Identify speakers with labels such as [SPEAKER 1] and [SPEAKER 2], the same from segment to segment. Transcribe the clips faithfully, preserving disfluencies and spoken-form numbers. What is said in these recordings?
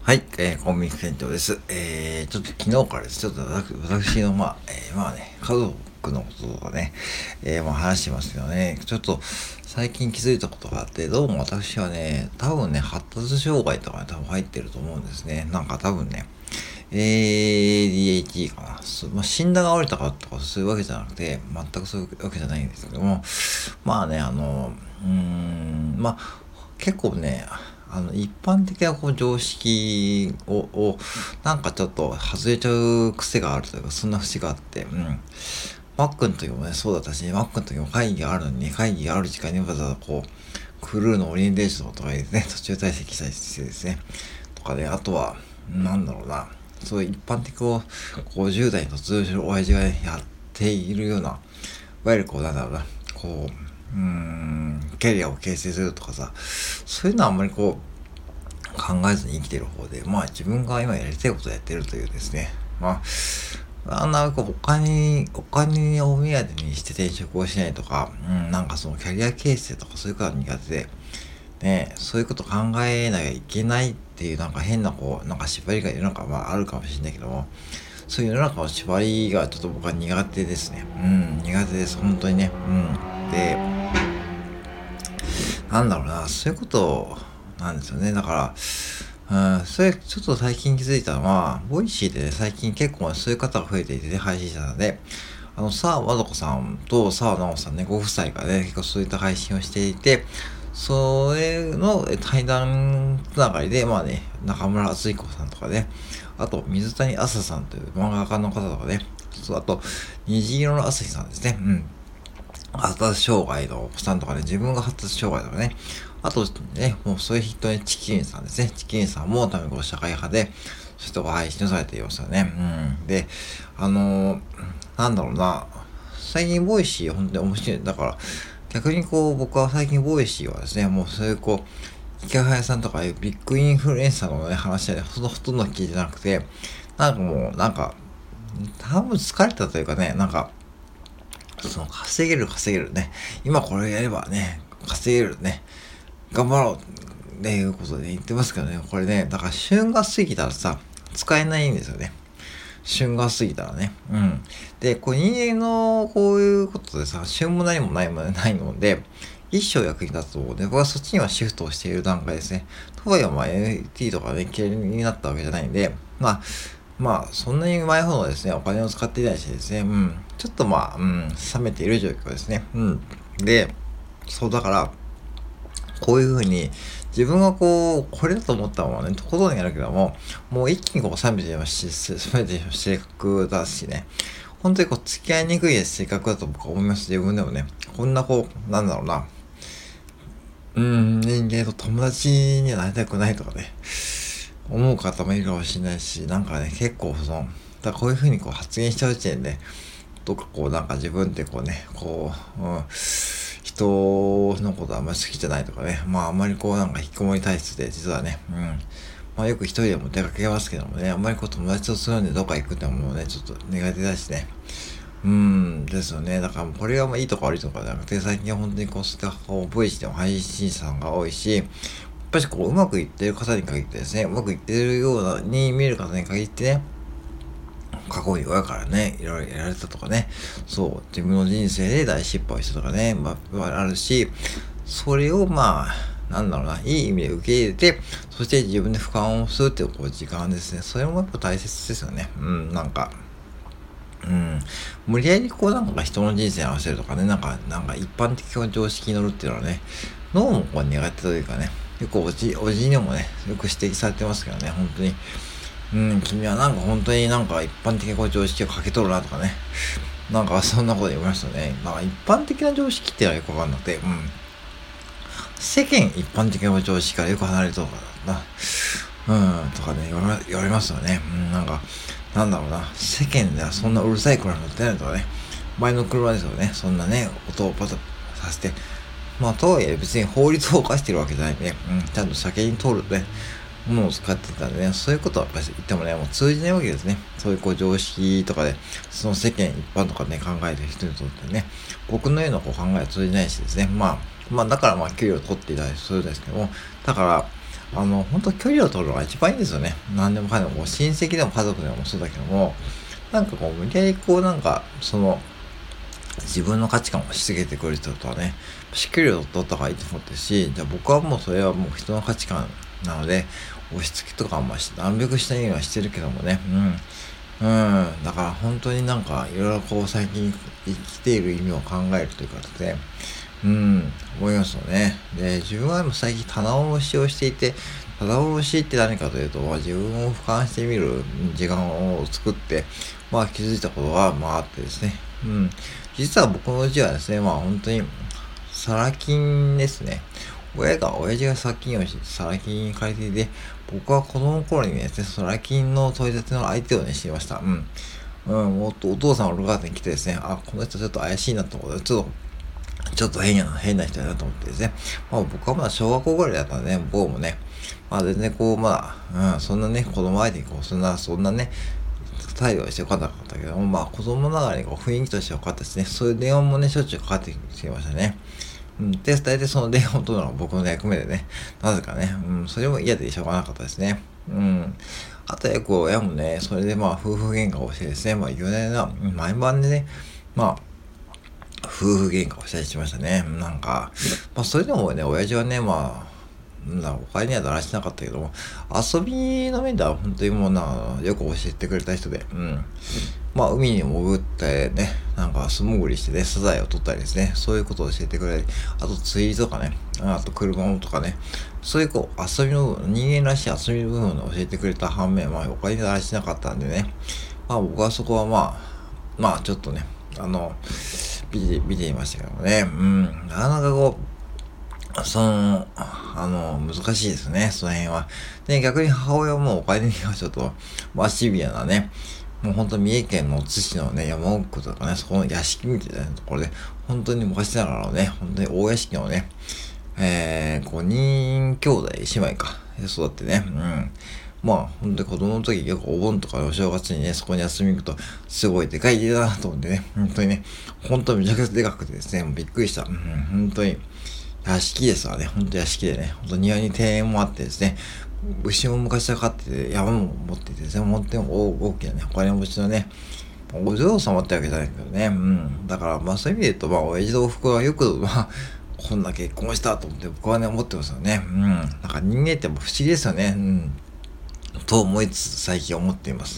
[SPEAKER 1] はい、えー、コンビニ店長です。えー、ちょっと昨日からです。ちょっと私の、まあ、えー、まあね、家族のこととかね、えー、まあ話してますけどね、ちょっと最近気づいたことがあって、どうも私はね、多分ね、発達障害とかね、多分入ってると思うんですね。なんか多分ね、エーディーエイチディー かな。そまあ、診断が下りたかとかそういうわけじゃなくて、全くそういうわけじゃないんですけども、まあね、あの、うーん、まあ、結構ね、あの、一般的なこう常識を、を、なんかちょっと外れちゃう癖があるというか、そんな節があって、うん。マックの時もね、そうだったし、マックの時も会議があるのに、会議がある時間にわざわざこう、クルーのオリエンテーションとかでね、途中退席したりしてですね、とかで、あとは、なんだろうな、そういう一般的をごじゅう代に突入する親父が、ね、やっているような、いわゆるこう、なんだろうな、こう、うーん、キャリアを形成するとかさ、そういうのはあんまりこう、考えずに生きてる方で、まあ自分が今やりたいことをやってるというですね、まあ、あんな、こう、お金、お金を目当てにして転職をしないとか、うん、なんかそのキャリア形成とかそういうことが苦手で、ね、そういうこと考えなきゃいけないっていうなんか変なこう、なんか縛りが世の中はあるかもしれないけども、そういう世の中の縛りがちょっと僕は苦手ですね。うん、苦手です。本当にね。うん。で、なんだろうな、そういうことなんですよね。だから、うん、それちょっと最近気づいたのは、ボイシーでね、最近結構そういう方が増えていてね、配信者なんで、あの、沢まどこさんと沢直さんね、ご夫妻がね、結構そういった配信をしていて、それの対談つながりで、まあね、中村敦彦さんとかね、あと、水谷麻さんという漫画家の方とかね、そう、あと、虹色の朝日さんですね。うん。発達障害のお子さんとかね、自分が発達障害とかね、あとね、もうそういう人にチキンさんですね。チキンさんも多分こう社会派で、そういう人が配信されていますよね。うん。で、あのー、なんだろうな、最近ボイシー本当に面白い。だから、逆にこう、僕は最近ボイシーはですね、もうそういうこう、池早さんとかいうビッグインフルエンサーのね、話はね、ほとほとんど聞いてなくて、なんかもう、なんか、多分疲れたというかね、なんか、その稼げる稼げるね。今これやればね、稼げるね。頑張ろうっていうことで言ってますけどね。これね、だから旬が過ぎたらさ、使えないんですよね。旬が過ぎたらね。うん。で、こう人間のこういうことでさ、旬も何もないもないので、一生役に立つと思うね。僕はそっちにはシフトをしている段階ですね。とはいえ、まあ エヌエフティー とかね、嫌いになったわけじゃないんで、まあ、まあ、そんなに前ほどですね、お金を使っていないしですね、うん、ちょっとまあ、うん、冷めている状況ですね。うん。で、そうだから、こういうふうに、自分がこう、これだと思ったものはね、とことんやるけども、もう一気にこう冷めてしまうし、冷めてしまう性格だしね、本当にこう、付き合いにくい性格だと僕は思います。自分でもね、こんなこう、なんだろうな、うん、人間と友達にはなりたくないとかね、思う方もいるかもしれないし、なんかね、結構その、だからこういうふうにこう発言しちゃう時点で、どっかこうなんか自分ってこうね、こう、うん、人のことあんまり好きじゃないとかね、まああんまりこうなんか引きこもり体質で、実はね、うん、まあよく一人でも出かけますけどもね、あんまりこう友達とするんでどっか行くってもうね、ちょっと苦手だしね、うーん、ですよね。だからこれがまあいいとか悪いとかじゃなくて、最近は本当にこう、そういったこう、ボイスでも配信者さんが多いし、やっぱりこう、うまくいってる方に限ってですね、うまくいってるような、に見える方に限ってね、過去に親からね、いろいろやられたとかね、そう、自分の人生で大失敗したとかね、まあ、あるし、それをまあ、なんだろうな、いい意味で受け入れて、そして自分で俯瞰をするっていうこう時間ですね。それもやっぱ大切ですよね。うん、なんか、うん。無理やりこうなんか人の人生に合わせるとかね、なんか、なんか一般的な常識に乗るっていうのはね、脳もこう苦手というかね、結構おじ、おじにもね、よく指摘されてますけどね、本当に。うん、君はなんか本当になんか一般的なこう常識をかけ取るなとかね。なんかそんなこと言いましたね。なんか一般的な常識ってのはよくわかんなくて、うん。世間一般的な常識からよく離れるとかな。うん、とかね、言われ言われますよね。うん、なんか、なんだろうな。世間ではそんなうるさい車乗ってないとかね。前の車ですよね。そんなね、音をパタさせて。まあ、とはいえ別に法律を犯してるわけじゃないんで、うん、ちゃんと車に通るね、ものを使ってたんでね、そういうことはやっぱり言ってもね、もう通じないわけですね。そういうこう常識とかで、その世間一般とかね、考えてる人にとってね、僕のようなこう考えは通じないしですね。まあ、まあだからまあ給料を取っていたりするんですけども、だから、 あの、本当距離を取るのが一番いいんですよね。何でもかんでも、こう親戚でも家族でもそうだけども、なんかこう、無理やりこう、なんか、その、自分の価値観を押し付けてくる人とはね、しっかりと取った方がいいと思ってるし、じゃあ僕はもうそれはもう人の価値観なので、押し付けとかはまあし、なるべくしないようにはしてるけどもね、うん。うん。だから本当になんか、いろいろこう最近生きている意味を考えるという形で、うん、思いますよね。で、自分は今最近棚卸しをしていて、棚卸しって何かというと、まあ、自分を俯瞰してみる時間を作って、まあ気づいたことが、まああってですね。うん。実は僕のうちはですね、まあ本当に、サラ金ですね。親が、親父が借金をし、サラ金借りていて、僕は子供の頃にですね、サラ金の取り立ての相手をね、していました。うん。うん、もっとお父さんをルガーテに来てですね、あ、この人ちょっと怪しいなと思って、ちょっとちょっと変やな、変な人やなと思ってですね。まあ僕はまだ小学校ぐらいだったんでね、僕もね、まあ全然こう、まあ、うん、そんなね、子供相手にこう、そんな、そんなね、態度はしてよかったかったけども、まあ子供ながらにこう雰囲気としてはよかったしね、そういう電話もね、しょっちゅうかかってきてましたね。うん、で、大体その電話を取るのが僕の役目でね、なぜかね、うん、それも嫌でしょうがなかったですね。うん。あとはよく親もね、それでまあ夫婦喧嘩をしてですね、まあ夜な夜な、毎晩でね、まあ、夫婦喧嘩をしたりしましたね。なんか、まあそれでもね、親父はね、まあ、なんだろう、お金にはだらしなかったけども、遊びの面では本当にもうな、よく教えてくれた人で、うん。まあ海に潜ってね、なんか素潜りしてね、サザエを取ったりですね、そういうことを教えてくれたり、あと釣りとかね、あと車もとかね、そういうこう遊びの、人間らしい遊びの部分を教えてくれた反面、まあお金にだらしなかったんでね、まあ僕はそこはまあ、まあちょっとね、あの、見て、見ていましたけどもね。うん。なかなかこう、その、あの、難しいですね、その辺は。で、逆に母親もお金にはちょっと、まあシビアなね、もうほんと三重県の津市のね、山奥とかね、そこの屋敷みたいなところで、本当に昔ながらのね、本当に大屋敷のね、えー、ごにん兄弟、姉妹か、育ってね、うん。まあ、ほんとに子供の時よくお盆とかお正月にね、そこに遊びに行くと、すごいでかい家だなと思ってね、本当にね、本当にめちゃくちゃでかくてですね、もうびっくりした。うん、本当に、屋敷ですわね、本当屋敷でね、本当庭に庭園もあってですね、牛も昔は飼ってて、山も持っててですね、本当に大大きなね、お金持ちのね、お嬢様ってわけじゃないけどね、うん。だから、まあそういう意味で言うと、まあ、親父とお袋はよく、まあ、こんな結婚したと思って僕はね、思ってますよね。うん。なんか人間って不思議ですよね。うん。と思いつつ最近思っています。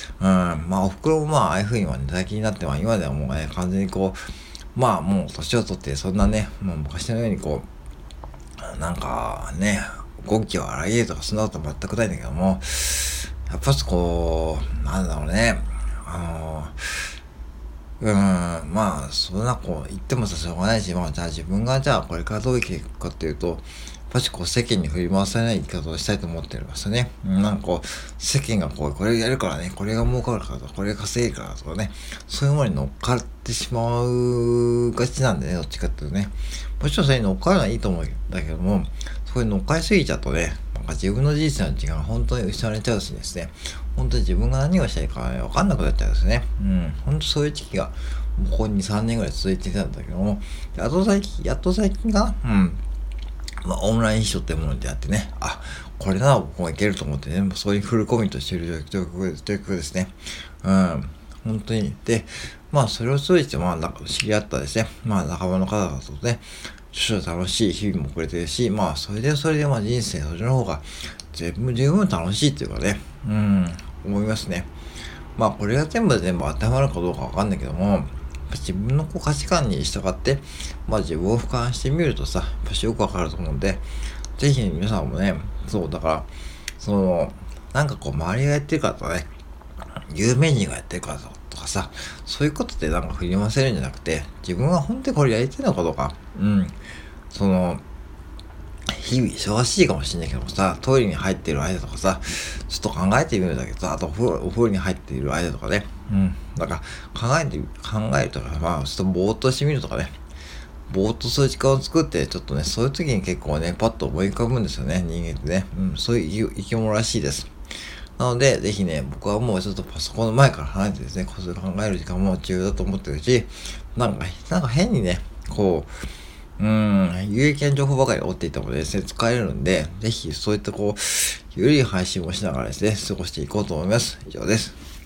[SPEAKER 1] うん。まあお袋もまあああいう風にはね、最近になっては今ではもうね、完全にこう、まあもう年を取ってそんなね、もう昔のようにこう、なんかね、語気を荒げるとかそんなこと全くないんだけども、やっぱしこう、なんだろうね、あの、うーん、まあ、そんなこう言ってもさ、しょうがないし、まあ、じゃあ自分がじゃあこれからどう生きていくかっていうと、やっぱしこう世間に振り回されない生き方をしたいと思ってるんですよね。うん、なんかこう、世間がこう、これやるからね、これが儲かるからとか、これが稼げるからとかね、そういうものに乗っかってしまうがちなんでね、どっちかっていうとね。もちろんそれに乗っかるのはいいと思うんだけども、そこに乗っかりすぎちゃうとね、なんか自分の人生の時間が本当に失われちゃうしですね、本当に自分が何をしたいか、ね、わかんなくなっちゃうんですね。うん、本当そういう時期が、ここにさんねんぐらい続いてたんだけども、やっと最近、やっと最近かな、うん。まあ、オンライン秘書ってものであってね、あ、これなら僕もいけると思ってね、そういうフルコミットしている状況ですね。うん、本当に。で、まあ、それを通じて、まあ、なんか知り合ったですね、まあ、仲間の方々とね、少々楽しい日々もくれてるし、まあ、それでそれで、まあ、人生、そっちの方が、全部十分楽しいっていうかね、うん、思いますね。まあ、これが全部全部当てはまるかどうかわかんないけども、自分のこう価値観に従って、まあ自分を俯瞰してみるとさ、やっぱしよくわかると思うんで、ぜひ皆さんもね、そう、だから、その、なんかこう周りがやってるからとかね、有名人がやってるからとかさ、そういうことでなんか振り回せるんじゃなくて、自分は本当にこれやりたいのかどうか、うん、その、日々忙しいかもしれないけどもさ、トイレに入っている間とかさ、ちょっと考えてみるんだけどさ、あとお風呂、お風呂に入っている間とかね、うん。だから考えて、考えるとか、まあ、ちょっとぼーっとしてみるとかね、ぼーっとする時間を作って、ちょっとね、そういう時に結構ね、パッと思い浮かぶんですよね、人間ってね。うん、そういう生き物らしいです。なので、ぜひね、僕はもうちょっとパソコンの前から離れてですね、それ考える時間も重要だと思ってるし、なんか、なんか変にね、こう、 うん、有益な情報ばかり追っていたのでですね、使えるんで、ぜひそういったこう、ゆるい配信をしながらですね、過ごしていこうと思います。以上です。